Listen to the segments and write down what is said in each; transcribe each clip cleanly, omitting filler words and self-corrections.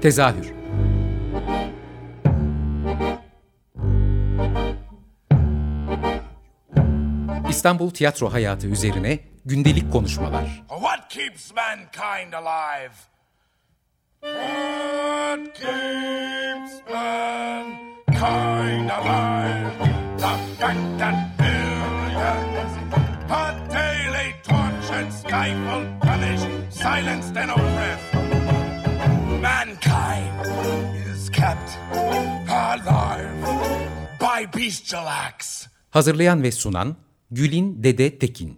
Tezahür. İstanbul tiyatro hayatı üzerine gündelik konuşmalar. What keeps mankind alive? What keeps mankind alive? The fact that billions are daily tortured, stifled, punished, silenced and oppressed. Mankind is kept alive by bestial acts. Hazırlayan ve sunan Gülin Dede Tekin.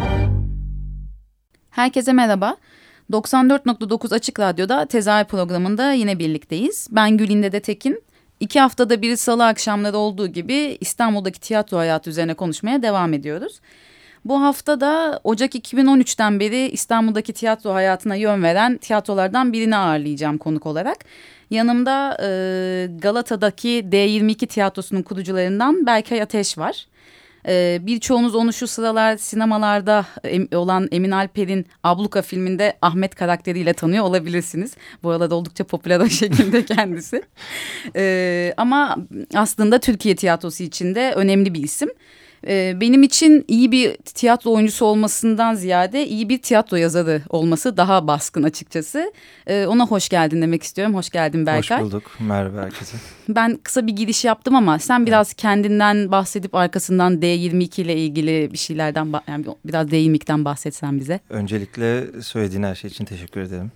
Herkese merhaba. 94.9 Açık Radyo'da Tezahür programında yine birlikteyiz. Ben Gülin Dede Tekin. 2 haftada bir salı akşamları olduğu gibi İstanbul'daki tiyatro hayatı üzerine konuşmaya devam ediyoruz. Bu hafta da Ocak 2013'ten beri İstanbul'daki tiyatro hayatına yön veren tiyatrolardan birini ağırlayacağım konuk olarak. Yanımda Galata'daki D22 tiyatrosunun kurucularından Berkay Ateş var. Birçoğunuz onu şu sıralar sinemalarda olan Emin Alper'in Abluka filminde Ahmet karakteriyle tanıyor olabilirsiniz. Bu arada oldukça popüler o şekilde kendisi. Ama aslında Türkiye tiyatrosu içinde önemli bir isim. Benim için iyi bir tiyatro oyuncusu olmasından ziyade iyi bir tiyatro yazarı olması daha baskın açıkçası. Ona hoş geldin demek istiyorum. Hoş geldin Berkay. Hoş bulduk. Merhaba herkese. Ben kısa bir giriş yaptım ama sen biraz kendinden bahsedip arkasından D22 ile ilgili bir şeylerden yani biraz D22'den bahsetsen bize. Öncelikle söylediğin her şey için teşekkür ederim.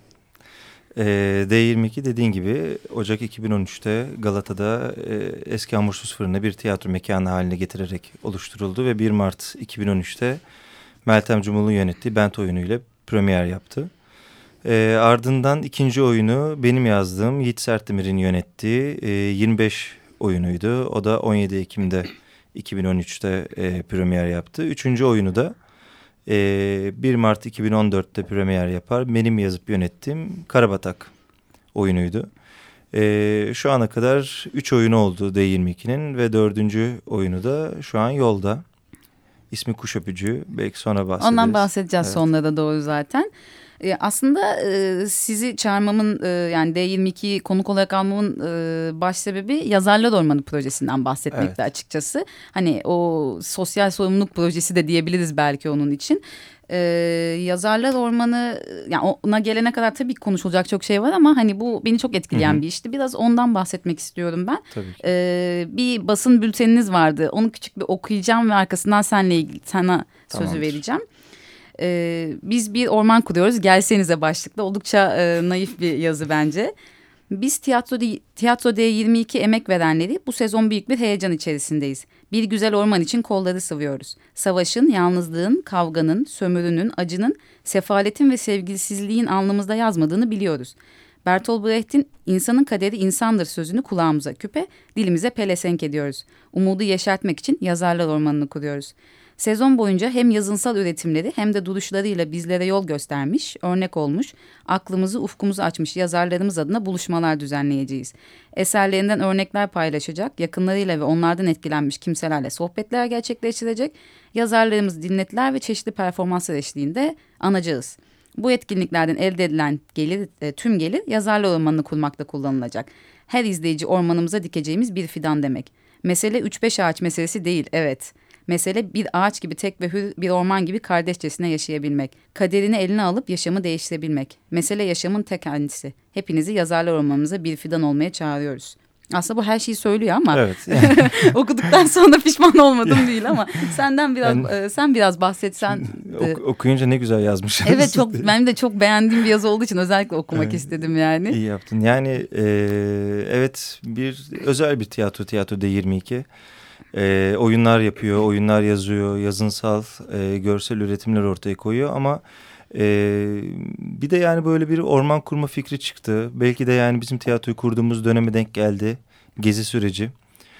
D22 dediğin gibi Ocak 2013'te Galata'da eski Hamursuz Fırın'ı bir tiyatro mekanı haline getirerek oluşturuldu ve 1 Mart 2013'te Meltem Cumhur'un yönettiği Bent oyunuyla premier yaptı. Ardından ikinci oyunu benim yazdığım Yiğit Sertdemir'in yönettiği 25 oyunuydu. O da 17 Ekim'de 2013'te premier yaptı. Üçüncü oyunu da 1 Mart 2014'te premier yapar. Benim yazıp yönettiğim Karabatak oyunuydu. Şu ana kadar 3 oyunu oldu D22'nin ve 4. oyunu da şu an yolda. İsmi Kuş Öpücüğü. Belki sonra bahsederiz. Ondan bahsedeceğiz evet. Sonlara doğru zaten. Aslında sizi çağırmamın yani D22'yi konuk olarak almamın baş sebebi Yazarlar Ormanı projesinden bahsetmekti evet. Açıkçası. Hani o sosyal sorumluluk projesi de diyebiliriz belki onun için. Yazarlar Ormanı yani ona gelene kadar tabii konuşulacak çok şey var ama hani bu beni çok etkileyen bir işti. Biraz ondan bahsetmek istiyorum ben. Bir basın bülteniniz vardı. Onu küçük bir okuyacağım ve arkasından sana sözü vereceğim. Biz bir orman kuruyoruz. Gelsenize başlıklı. Oldukça naif bir yazı bence. Biz tiyatro D22 emek verenleri bu sezon büyük bir heyecan içerisindeyiz. Bir güzel orman için kolları sıvıyoruz. Savaşın, yalnızlığın, kavganın, sömürünün, acının, sefaletin ve sevgisizliğin alnımızda yazmadığını biliyoruz. Bertolt Brecht'in insanın kaderi insandır sözünü kulağımıza küpe, dilimize pelesenk ediyoruz. Umudu yeşertmek için Yazarlar Ormanı'nı kuruyoruz. Sezon boyunca hem yazınsal üretimleri hem de duruşlarıyla bizlere yol göstermiş, örnek olmuş, aklımızı ufkumuzu açmış yazarlarımız adına buluşmalar düzenleyeceğiz. Eserlerinden örnekler paylaşacak, yakınlarıyla ve onlardan etkilenmiş kimselerle sohbetler gerçekleştirecek, yazarlarımız dinletler ve çeşitli performanslar eşliğinde anacağız. Bu etkinliklerden elde edilen tüm gelir Yazarlar Ormanı'nı kurmakta kullanılacak. Her izleyici ormanımıza dikeceğimiz bir fidan demek. Mesele 3-5 ağaç meselesi değil, evet. Mesele bir ağaç gibi tek ve hür bir orman gibi kardeşçesine yaşayabilmek. Kaderini eline alıp yaşamı değiştirebilmek. Mesele yaşamın tek kendisi. Hepinizi Yazarlar Ormanımıza bir fidan olmaya çağırıyoruz. Aslında bu her şeyi söylüyor ama evet. okuduktan sonra pişman olmadım değil ama senden biraz sen biraz bahsetsen. Okuyunca ne güzel yazmışsın. Evet benim de çok beğendiğim bir yazı olduğu için özellikle okumak istedim yani. İyi yaptın. Yani evet özel bir tiyatro D22. Oyunlar yapıyor, oyunlar yazıyor, yazınsal, görsel üretimler ortaya koyuyor ama bir de yani böyle bir orman kurma fikri çıktı. Belki de yani bizim tiyatroyu kurduğumuz döneme denk geldi, gezi süreci.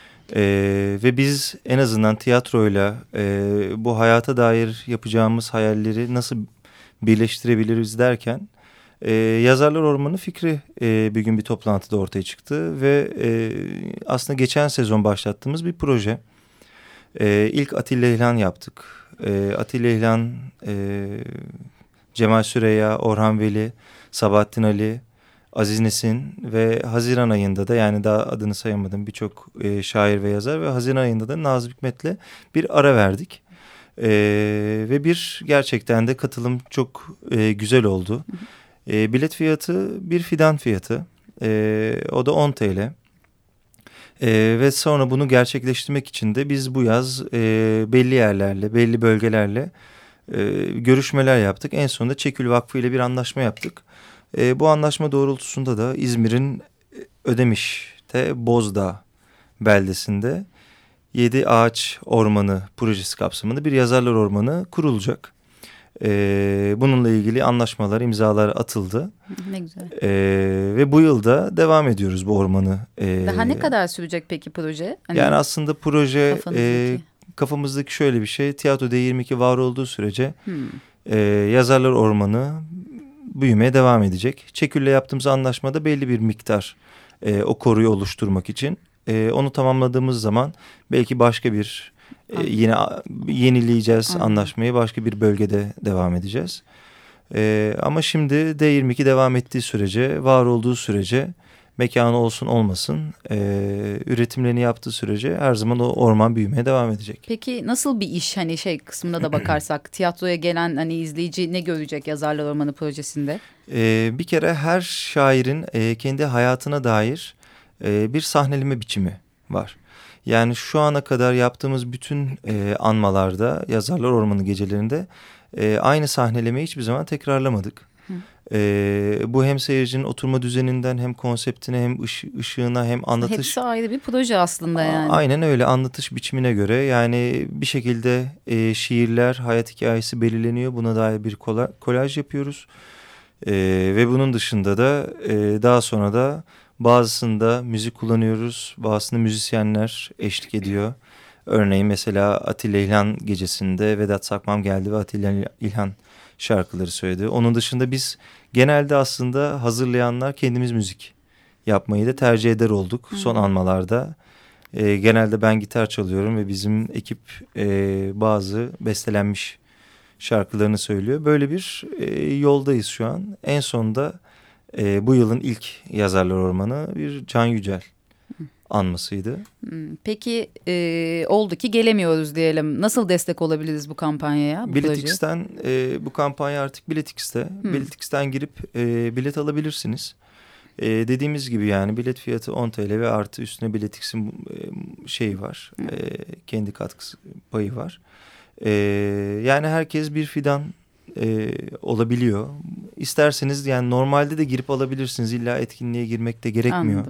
Ve biz en azından tiyatroyla bu hayata dair yapacağımız hayalleri nasıl birleştirebiliriz derken Yazarlar Ormanı fikri bir gün bir toplantıda ortaya çıktı ve aslında geçen sezon başlattığımız bir proje. İlk Atilla İlhan yaptık. Atilla İlhan, Cemal Süreyya, Orhan Veli, Sabahattin Ali, Aziz Nesin ve Haziran ayında da, yani daha adını sayamadım, birçok şair ve yazar, ve Haziran ayında da Nazım Hikmet'le bir ara verdik. Ve gerçekten de katılım çok güzel oldu. Bilet fiyatı bir fidan fiyatı. O da 10 TL. Ve sonra bunu gerçekleştirmek için de biz bu yaz belli yerlerle, belli bölgelerle görüşmeler yaptık. En sonunda Çekül Vakfı ile bir anlaşma yaptık. Bu anlaşma doğrultusunda da İzmir'in Ödemiş'te Bozdağ beldesinde 7 Ağaç Ormanı projesi kapsamında bir yazarlar ormanı kurulacak. Bununla ilgili anlaşmalar, imzalar atıldı. Ne güzel. Ve bu yılda devam ediyoruz bu ormanı. Daha ne kadar sürecek peki proje? Hani yani aslında proje kafamızdaki şöyle bir şey. Tiyatro D22 var olduğu sürece yazarlar ormanı büyümeye devam edecek. Çekül'le yaptığımız anlaşmada belli bir miktar o koruyu oluşturmak için. Onu tamamladığımız zaman belki başka bir yine yenileyeceğiz anlaşmayı, başka bir bölgede devam edeceğiz. Ama şimdi D22 devam ettiği sürece, var olduğu sürece, mekanı olsun olmasın, üretimlerini yaptığı sürece her zaman o orman büyümeye devam edecek. Peki nasıl bir iş, hani kısmına da bakarsak tiyatroya gelen hani izleyici ne görecek Yazarlar Ormanı projesinde? Bir kere her şairin kendi hayatına dair bir sahneleme biçimi var. Yani şu ana kadar yaptığımız bütün anmalarda, Yazarlar Ormanı gecelerinde aynı sahnelemeyi hiçbir zaman tekrarlamadık. Bu hem seyircinin oturma düzeninden, hem konseptine, hem ışığına, hem anlatış. Hepsi ayrı bir proje aslında yani. Aynen öyle, anlatış biçimine göre. Yani bir şekilde şiirler, hayat hikayesi belirleniyor. Buna dair bir kolaj yapıyoruz. Ve bunun dışında da daha sonra da bazısında müzik kullanıyoruz. Bazısında müzisyenler eşlik ediyor. Örneğin mesela Atilla İlhan gecesinde Vedat Sakmam geldi ve Atilla İlhan şarkıları söyledi. Onun dışında biz genelde aslında hazırlayanlar kendimiz müzik yapmayı da tercih eder olduk son anmalarda. Genelde ben gitar çalıyorum ve bizim ekip bazı bestelenmiş şarkılarını söylüyor. Böyle bir yoldayız şu an. En sonunda bu yılın ilk Yazarlar Ormanı bir Can Yücel anmasıydı. Peki oldu ki gelemiyoruz diyelim. Nasıl destek olabiliriz bu kampanyaya? Biletix'ten bu kampanya artık Biletix'te. Biletix'ten girip bilet alabilirsiniz. Dediğimiz gibi yani bilet fiyatı 10 TL ve artı üstüne Biletix'in şeyi var. Kendi katkısı payı var. Yani herkes bir fidan olabiliyor. İsterseniz yani normalde de girip alabilirsiniz. İlla etkinliğe girmek de gerekmiyor.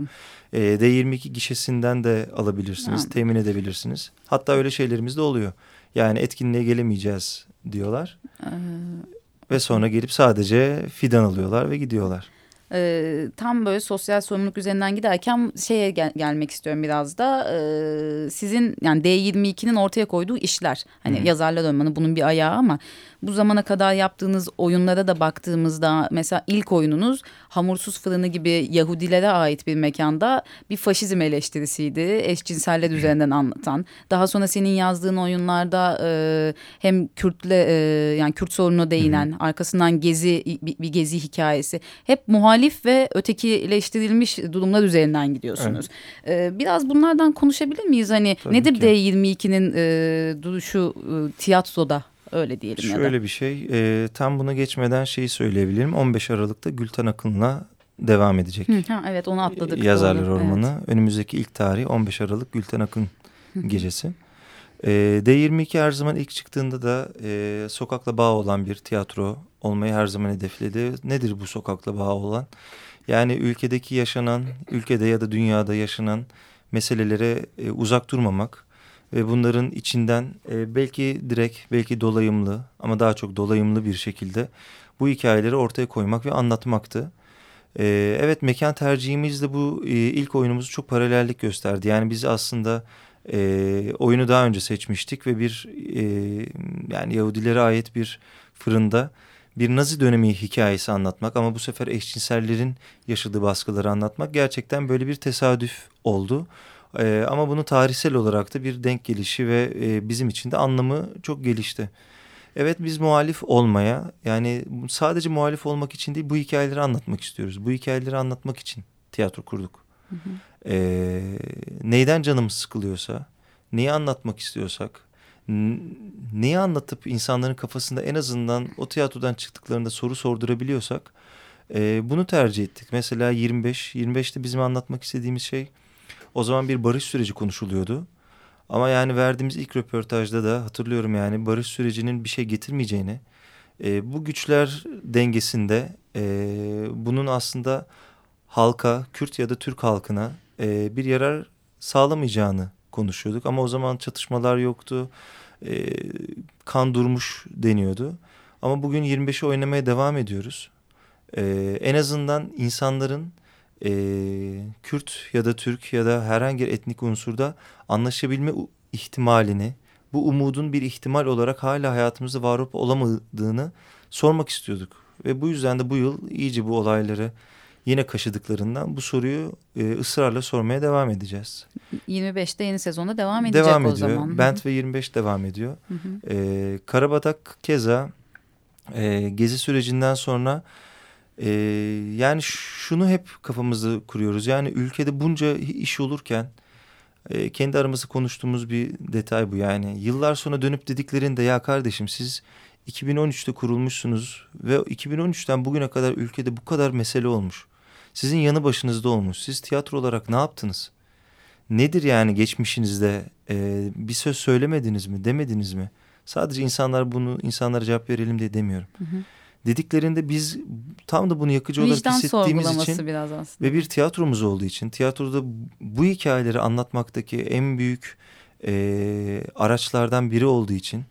D22 gişesinden de alabilirsiniz. Temin edebilirsiniz. Hatta öyle şeylerimiz de oluyor. Yani etkinliğe gelemeyeceğiz diyorlar. Ve sonra gelip sadece fidan alıyorlar ve gidiyorlar. Tam böyle sosyal sorumluluk üzerinden giderken gelmek istiyorum biraz da. Sizin yani D22'nin ortaya koyduğu işler. Hani Yazarlar Ormanı bunun bir ayağı ama bu zamana kadar yaptığınız oyunlara da baktığımızda mesela ilk oyununuz Hamursuz Fırını gibi Yahudilere ait bir mekanda bir faşizm eleştirisiydi. Eşcinseller üzerinden anlatan. Daha sonra senin yazdığın oyunlarda hem yani Kürt sorununa değinen, arkasından bir gezi hikayesi. Hep muhalif ve ötekileştirilmiş durumlar üzerinden gidiyorsunuz. Evet. Biraz bunlardan konuşabilir miyiz? Hani tabii nedir ki. D22'nin duruşu tiyatroda? Öyle diyelim ya da. Şöyle bir şey, tam buna geçmeden şeyi söyleyebilirim. 15 Aralık'ta Gülten Akın'la devam edecek. Evet, onu atladık. Yazarlar Ormanı. Evet. Önümüzdeki ilk tarih 15 Aralık Gülten Akın gecesi. D22 her zaman ilk çıktığında da sokakla bağı olan bir tiyatro olmayı her zaman hedefledi. Nedir bu sokakla bağı olan? Yani ülkede ya da dünyada yaşanan meselelere uzak durmamak ve bunların içinden belki direkt, belki dolayımlı ama daha çok dolayımlı bir şekilde bu hikayeleri ortaya koymak ve anlatmaktı. Evet, mekan tercihimizde bu ilk oyunumuzu çok paralellik gösterdi. Yani biz aslında oyunu daha önce seçmiştik ve yani Yahudilere ait bir fırında bir Nazi dönemi hikayesi anlatmak ama bu sefer eşcinsellerin yaşadığı baskıları anlatmak gerçekten böyle bir tesadüf oldu. Ama bunu tarihsel olarak da bir denk gelişi ve bizim için de anlamı çok gelişti. Evet, biz muhalif olmaya, yani sadece muhalif olmak için değil, bu hikayeleri anlatmak istiyoruz. Bu hikayeleri anlatmak için tiyatro kurduk. Hı hı. Neyden canımız sıkılıyorsa, neyi anlatmak istiyorsak, neyi anlatıp insanların kafasında en azından o tiyatrodan çıktıklarında soru sordurabiliyorsak bunu tercih ettik. Mesela 25'te bizim anlatmak istediğimiz şey, o zaman bir barış süreci konuşuluyordu. Ama yani verdiğimiz ilk röportajda da hatırlıyorum, yani barış sürecinin bir şey getirmeyeceğini, bu güçler dengesinde bunun aslında halka, Kürt ya da Türk halkına bir yarar sağlamayacağını konuşuyorduk. Ama o zaman çatışmalar yoktu, kan durmuş deniyordu. Ama bugün 25'i oynamaya devam ediyoruz. En azından insanların Kürt ya da Türk ya da herhangi bir etnik unsurda anlaşabilme ihtimalini, bu umudun bir ihtimal olarak hala hayatımızda var olup olamadığını sormak istiyorduk. Ve bu yüzden de bu yıl iyice bu olayları yine kaşıdıklarından bu soruyu ısrarla sormaya devam edeceğiz. 25'te yeni sezonda devam edecek o zaman. Bent ve 25 devam ediyor. Hı hı. Karabatak keza gezi sürecinden sonra yani şunu hep kafamızda kuruyoruz. Yani ülkede bunca iş olurken kendi aramızda konuştuğumuz bir detay bu. Yani yıllar sonra dönüp dediklerinde, ya kardeşim siz 2013'te kurulmuşsunuz ve 2013'ten bugüne kadar ülkede bu kadar mesele olmuş. Sizin yanı başınızda olmuş. Siz tiyatro olarak ne yaptınız? Nedir yani geçmişinizde bir söz söylemediniz mi, demediniz mi? Sadece insanlara cevap verelim diye demiyorum. Hı hı. Dediklerinde biz tam da bunu yakıcı olarak hissettiğimiz için biraz ve bir tiyatromuz olduğu için, tiyatroda bu hikayeleri anlatmaktaki en büyük araçlardan biri olduğu için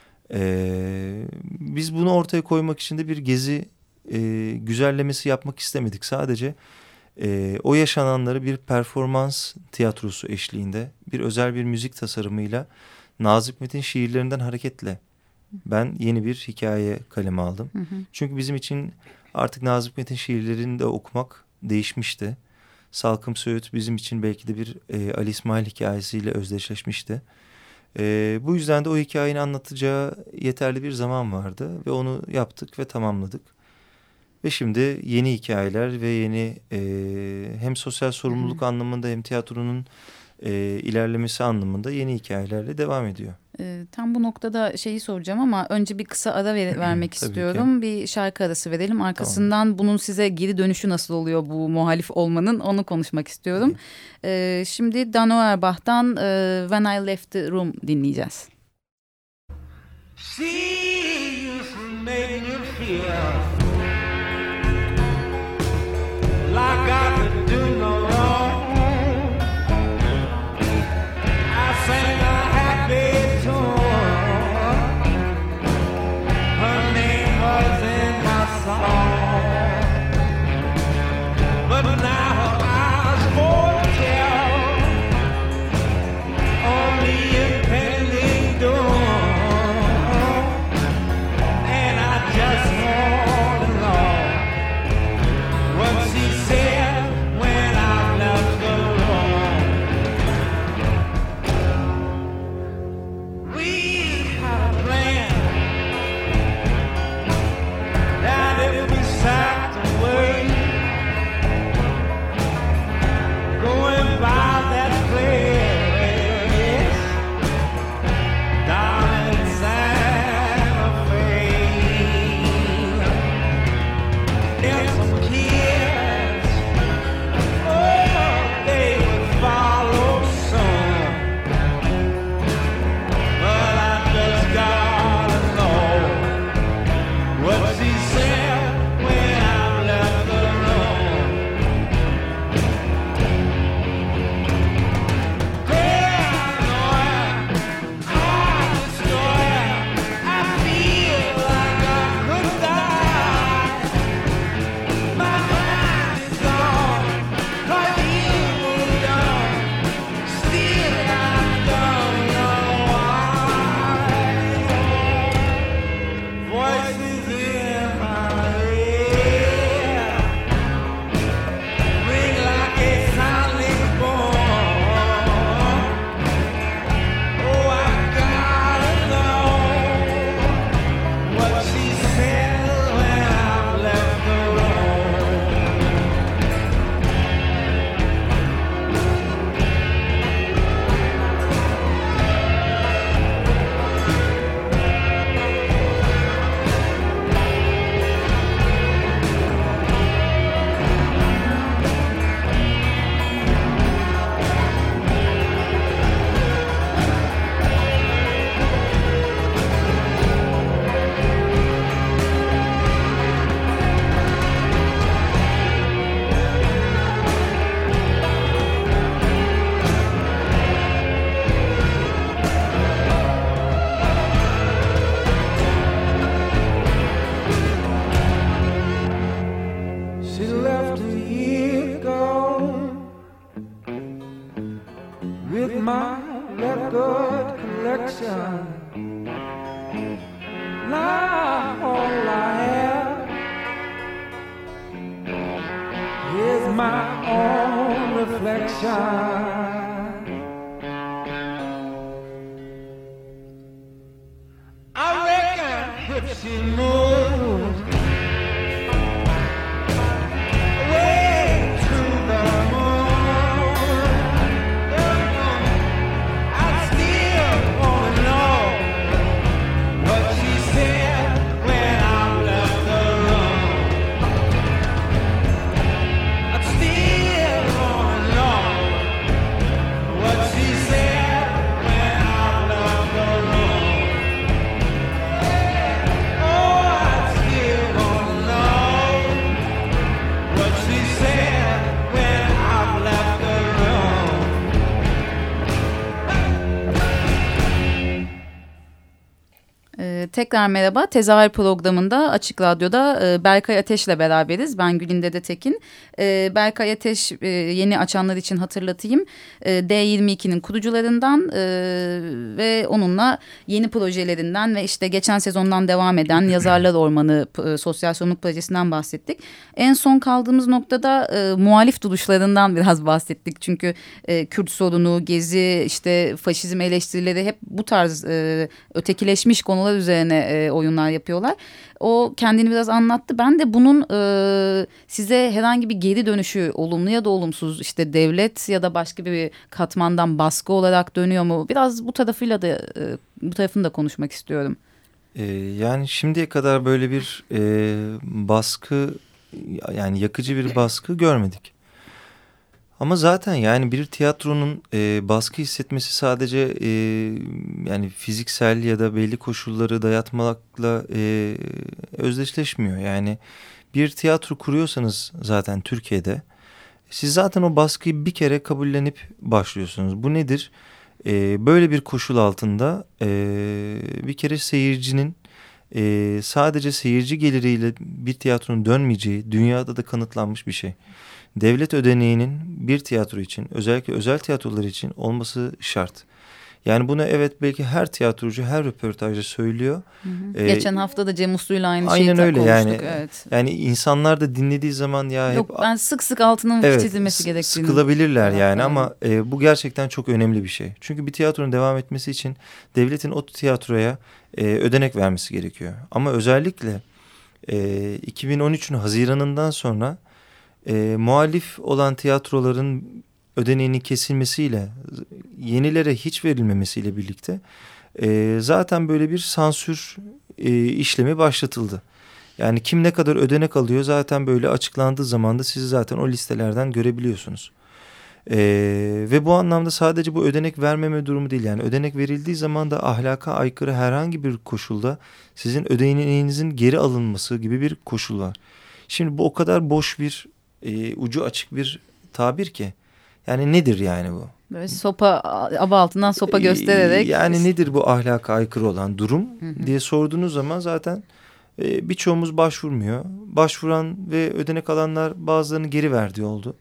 biz bunu ortaya koymak için de bir gezi güzellemesi yapmak istemedik. Sadece o yaşananları bir performans tiyatrosu eşliğinde, bir özel bir müzik tasarımıyla, Nazım Hikmet'in şiirlerinden hareketle ben yeni bir hikaye kaleme aldım. Hı hı. Çünkü bizim için artık Nazım Hikmet'in şiirlerini de okumak değişmişti. Salkım Söğüt bizim için belki de bir Ali İsmail hikayesiyle özdeşleşmişti. Bu yüzden de o hikayeyi anlatacağı yeterli bir zaman vardı ve onu yaptık ve tamamladık. Ve şimdi yeni hikayeler ve yeni hem sosyal sorumluluk anlamında hem tiyatronun ilerlemesi anlamında yeni hikayelerle devam ediyor. Tam bu noktada şeyi soracağım ama önce bir kısa ara vermek istiyorum. Ki. Bir şarkı arası verelim. Arkasından bunun size geri dönüşü nasıl oluyor, bu muhalif olmanın, onu konuşmak istiyorum. Şimdi Dan Auerbach'tan When I Left the Room dinleyeceğiz. See you make me feel like I could do no wrong. I sang a happy tune. Her name was in my song. But now her eyes foretell only impending doom. And I just want reflection. I reckon if she moves away to the moon, I still wanna know what she said when I left the room. I still wanna know what she said when I left the room. Oh, I still wanna know what she said when I left the room. Tekrar merhaba. Tezahür programında Açık Radyo'da Berkay Ateş'le beraberiz. Ben Gülin Dede Tekin. Berkay Ateş, yeni açanlar için hatırlatayım, D22'nin kurucularından ve onunla yeni projelerinden ve işte geçen sezondan devam eden Yazarlar Ormanı sosyal sorumluluk projesinden bahsettik. En son kaldığımız noktada muhalif duruşlarından biraz bahsettik. Çünkü Kürt sorunu, Gezi, işte faşizm eleştirileri hep bu tarz ötekileşmiş konular üzerine oyunlar yapıyorlar. O kendini biraz anlattı. Ben de bunun size herhangi bir geri dönüşü, olumlu ya da olumsuz, işte devlet ya da başka bir katmandan baskı olarak dönüyor mu? Biraz bu tarafıyla da bu tarafını da konuşmak istiyorum. Yani şimdiye kadar böyle bir baskı, yani yakıcı bir baskı görmedik. Ama zaten yani bir tiyatronun baskı hissetmesi sadece yani fiziksel ya da belli koşulları dayatmakla özdeşleşmiyor. Yani bir tiyatro kuruyorsanız zaten Türkiye'de siz zaten o baskıyı bir kere kabullenip başlıyorsunuz. Bu nedir? Böyle bir koşul altında bir kere seyircinin sadece seyirci geliriyle bir tiyatronun dönmeyeceği dünyada da kanıtlanmış bir şey. Devlet ödeneğinin bir tiyatro için, özellikle özel tiyatrolar için olması şart. Yani bunu evet belki her tiyatrocu her röportajda söylüyor. Hı hı. Geçen hafta da Cem Uslu'yla aynı şeyi konuştuk. Aynen öyle yani. Evet. Yani insanlar da dinlediği zaman ya yok, hep... ben sık sık altının evet, çizilmesi gerektiğini. Sıkılabilirler yani ama bu gerçekten çok önemli bir şey. Çünkü bir tiyatronun devam etmesi için devletin o tiyatroya ödenek vermesi gerekiyor. Ama özellikle 2013'ün Haziran'ından sonra muhalif olan tiyatroların ödeneğinin kesilmesiyle, yenilere hiç verilmemesiyle birlikte zaten böyle bir sansür işlemi başlatıldı. Yani kim ne kadar ödenek alıyor zaten böyle açıklandığı zaman da siz zaten o listelerden görebiliyorsunuz. Ve bu anlamda sadece bu ödenek vermeme durumu değil. Yani ödenek verildiği zaman da ahlaka aykırı herhangi bir koşulda sizin ödeneğinizin geri alınması gibi bir koşul var. Şimdi bu o kadar boş bir ucu açık bir tabir ki. Yani nedir yani bu? Böyle sopa, aba altından sopa göstererek. Yani nedir bu ahlaka aykırı olan durum diye sorduğunuz zaman zaten birçoğumuz başvurmuyor. Başvuran ve ödenek alanlar bazılarını geri verdiği oldu.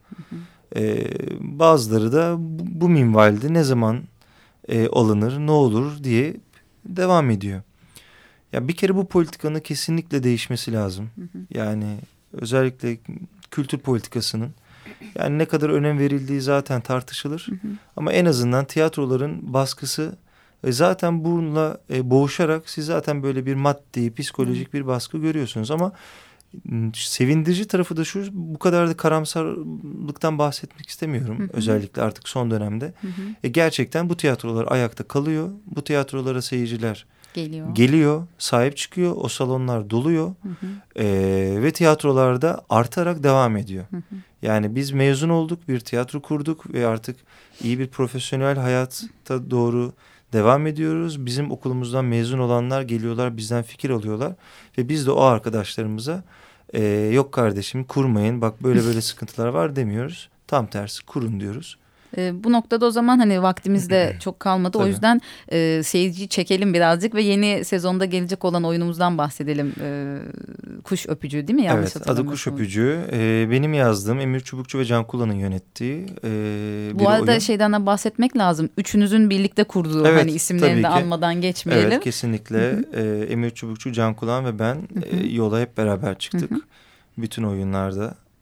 Bazıları da bu minvalde ne zaman alınır, ne olur diye devam ediyor. Ya bir kere bu politikanın kesinlikle değişmesi lazım. Yani özellikle kültür politikasının yani ne kadar önem verildiği zaten tartışılır. Ama en azından tiyatroların baskısı zaten bununla boğuşarak siz zaten böyle bir maddi, psikolojik bir baskı görüyorsunuz. Ama sevindirici tarafı da şu, bu kadar da karamsarlıktan bahsetmek istemiyorum. Özellikle artık son dönemde. Gerçekten bu tiyatrolar ayakta kalıyor. Bu tiyatrolara seyirciler geliyor, sahip çıkıyor. O salonlar doluyor. Ve tiyatrolarda artarak devam ediyor. Yani biz mezun olduk, bir tiyatro kurduk ve artık iyi bir profesyonel hayata doğru devam ediyoruz. Bizim okulumuzdan mezun olanlar geliyorlar, bizden fikir alıyorlar. Ve biz de o arkadaşlarımıza yok kardeşim kurmayın, bak böyle böyle sıkıntılar var demiyoruz. Tam tersi kurun diyoruz. Bu noktada o zaman hani vaktimiz de çok kalmadı. Tabii. O yüzden seyirciyi çekelim birazcık ve yeni sezonda gelecek olan oyunumuzdan bahsedelim. Kuş Öpücüğü değil mi? Yanlış evet, adı Kuş Öpücüğü. Benim yazdığım, Emir Çubukçu ve Can Kula'nın yönettiği bu arada oyun. Şeyden de bahsetmek lazım. Üçünüzün birlikte kurduğu, evet, hani isimlerini de anmadan geçmeyelim. Evet, kesinlikle. Emir Çubukçu, Can Kulan ve ben yola hep beraber çıktık. Bütün oyunlarda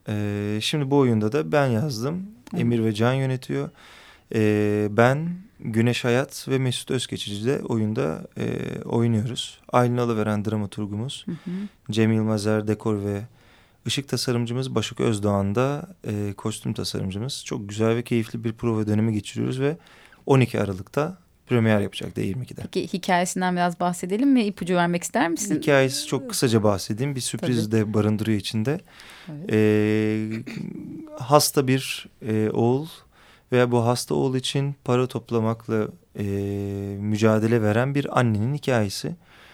Şimdi bu oyunda da ben yazdım. Emir ve Can yönetiyor. Ben, Güneş Hayat ve Mesut Özkeçici de oyunda oynuyoruz. Aylin Alıveren dramaturgumuz. Cem Yılmazer dekor ve ışık tasarımcımız. Başak Özdoğan da kostüm tasarımcımız. Çok güzel ve keyifli bir prova dönemi geçiriyoruz ve 12 Aralık'ta premier yapacak D22'de. Peki hikayesinden biraz bahsedelim mi? İpucu vermek ister misin? Hikayesi çok kısaca bahsedeyim. Bir sürpriz de barındırıyor içinde. Evet. Hasta bir oğul ve bu hasta oğul için para toplamakla mücadele veren bir annenin hikayesi.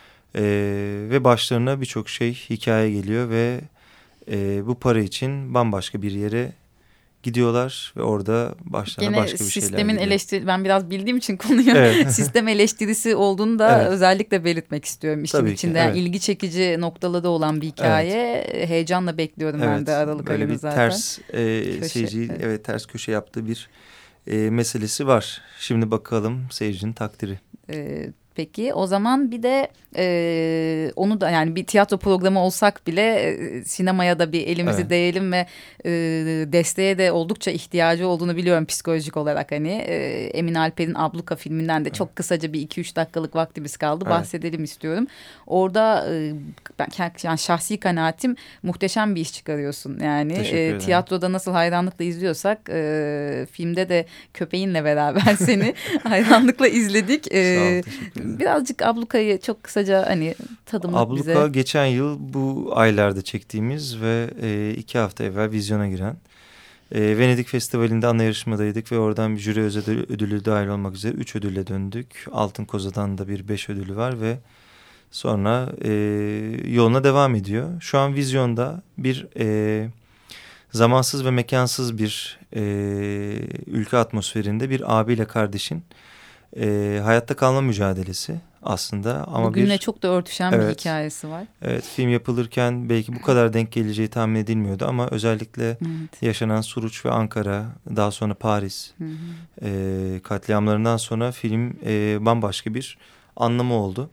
Ve başlarına birçok hikaye geliyor ve bu para için bambaşka bir yere gidiyorlar ve orada başlarına başka bir şeyler sistemin geliyor. Ben biraz bildiğim için konuyu sistem eleştirisi olduğunu da özellikle belirtmek istiyorum işin içinde. Yani ilgi çekici noktaları olan bir hikaye. heyecanla bekliyorum ben de Aralık ayını zaten. Ters seyirciyi ters köşe yaptığı bir meselesi var. Şimdi bakalım seyircinin takdiri. Peki o zaman bir de onu da yani bir tiyatro programı olsak bile sinemaya da bir elimizi değelim ve desteğe de oldukça ihtiyacı olduğunu biliyorum psikolojik olarak hani. Emin Alper'in Abluka filminden de çok kısaca bir 2-3 dakikalık vaktimiz kaldı bahsedelim istiyorum. Orada yani şahsi kanaatim muhteşem bir iş çıkarıyorsun. Yani tiyatroda nasıl hayranlıkla izliyorsak filmde de köpeğinle beraber seni hayranlıkla izledik. Birazcık Abluka'yı çok kısaca hani tadımlık bize. Abluka geçen yıl bu aylarda çektiğimiz ve 2 hafta evvel vizyona giren. Venedik Festivali'nde ana yarışmadaydık ve oradan bir jüri ödülü dahil olmak üzere 3 ödülle döndük. Altın Koza'dan da bir 5 ödülü var ve sonra yoluna devam ediyor. Şu an vizyonda bir zamansız ve mekansız bir ülke atmosferinde bir abiyle kardeşin hayatta kalma mücadelesi aslında. Ama bugünle çok da örtüşen bir hikayesi var. Evet, film yapılırken belki bu kadar denk geleceği tahmin edilmiyordu ama özellikle yaşanan Suruç ve Ankara, daha sonra Paris katliamlarından sonra film bambaşka bir anlamı oldu.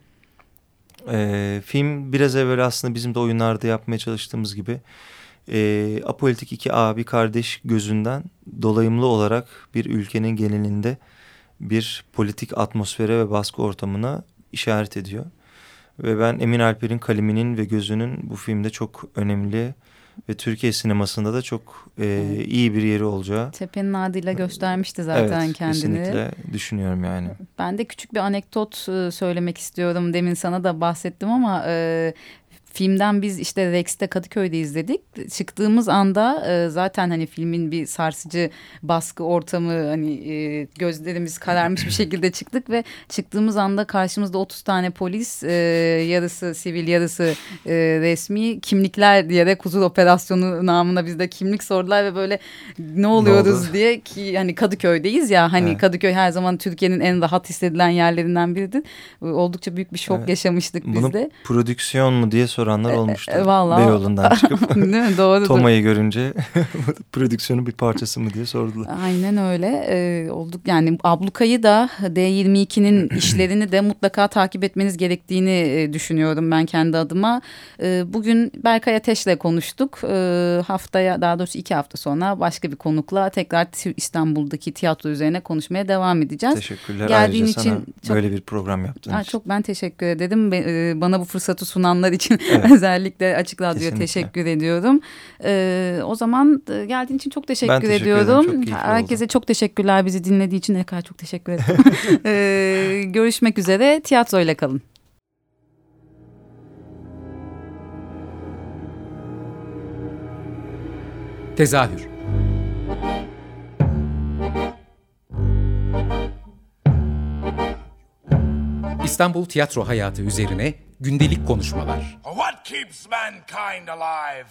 Film biraz evvel aslında bizim de oyunlarda yapmaya çalıştığımız gibi apolitik iki abi kardeş gözünden dolayımlı olarak bir ülkenin genelinde bir politik atmosfere ve baskı ortamına işaret ediyor. Ve ben Emin Alper'in kaleminin ve gözünün bu filmde çok önemli ve Türkiye sinemasında da çok iyi bir yeri olacağı. Tepe'nin adıyla göstermişti zaten kendini. Kesinlikle düşünüyorum yani. Ben de küçük bir anekdot söylemek istiyorum. Demin sana da bahsettim ama... Filmden biz işte Rex'te Kadıköy'de izledik. Çıktığımız anda zaten hani filmin bir sarsıcı baskı ortamı hani gözlerimiz kararmış bir şekilde çıktık ve çıktığımız anda karşımızda 30 tane polis yarısı sivil yarısı resmi kimlikler diyerek huzur operasyonu namına bizde kimlik sordular ve böyle ne oluyoruz diye ki hani Kadıköy'deyiz ya hani Kadıköy her zaman Türkiye'nin en rahat hissedilen yerlerinden biridir. Oldukça büyük bir şok yaşamıştık biz de. Bunu prodüksiyon mu diye soranlar olmuştu. Vallahi. Beyoğlu'ndan çıkıp değil mi? Doğrudur. Toma'yı görünce prodüksiyonun bir parçası mı diye sordular. Aynen öyle. Olduk yani Abluka'yı da D22'nin işlerini de mutlaka takip etmeniz gerektiğini düşünüyorum ben kendi adıma. Bugün Berkay Ateş'le konuştuk. Haftaya daha doğrusu 2 hafta sonra başka bir konukla tekrar İstanbul'daki tiyatro üzerine konuşmaya devam edeceğiz. Teşekkürler. Geldiğin ayrıca için sana böyle bir program yaptığın için. Çok ben teşekkür ederim. Bana bu fırsatı sunanlar için özellikle Açık Radyo'ya teşekkür ediyorum. O zaman geldiğin için çok teşekkür ediyorum. Herkese çok teşekkürler bizi dinlediği için. Ne kadar çok teşekkür ederim. Görüşmek üzere. Tiyatroyla kalın. Tezahür. İstanbul tiyatro hayatı üzerine gündelik konuşmalar. What keeps mankind alive?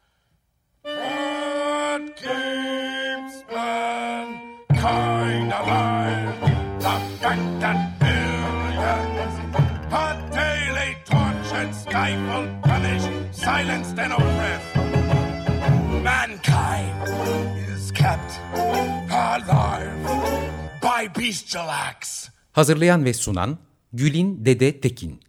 What keeps mankind alive? The fact that billions are daily tortured, stifled, punished, silenced and oppressed. Mankind is kept alive by bestial acts. Hazırlayan ve sunan Gülin Dede Tekin.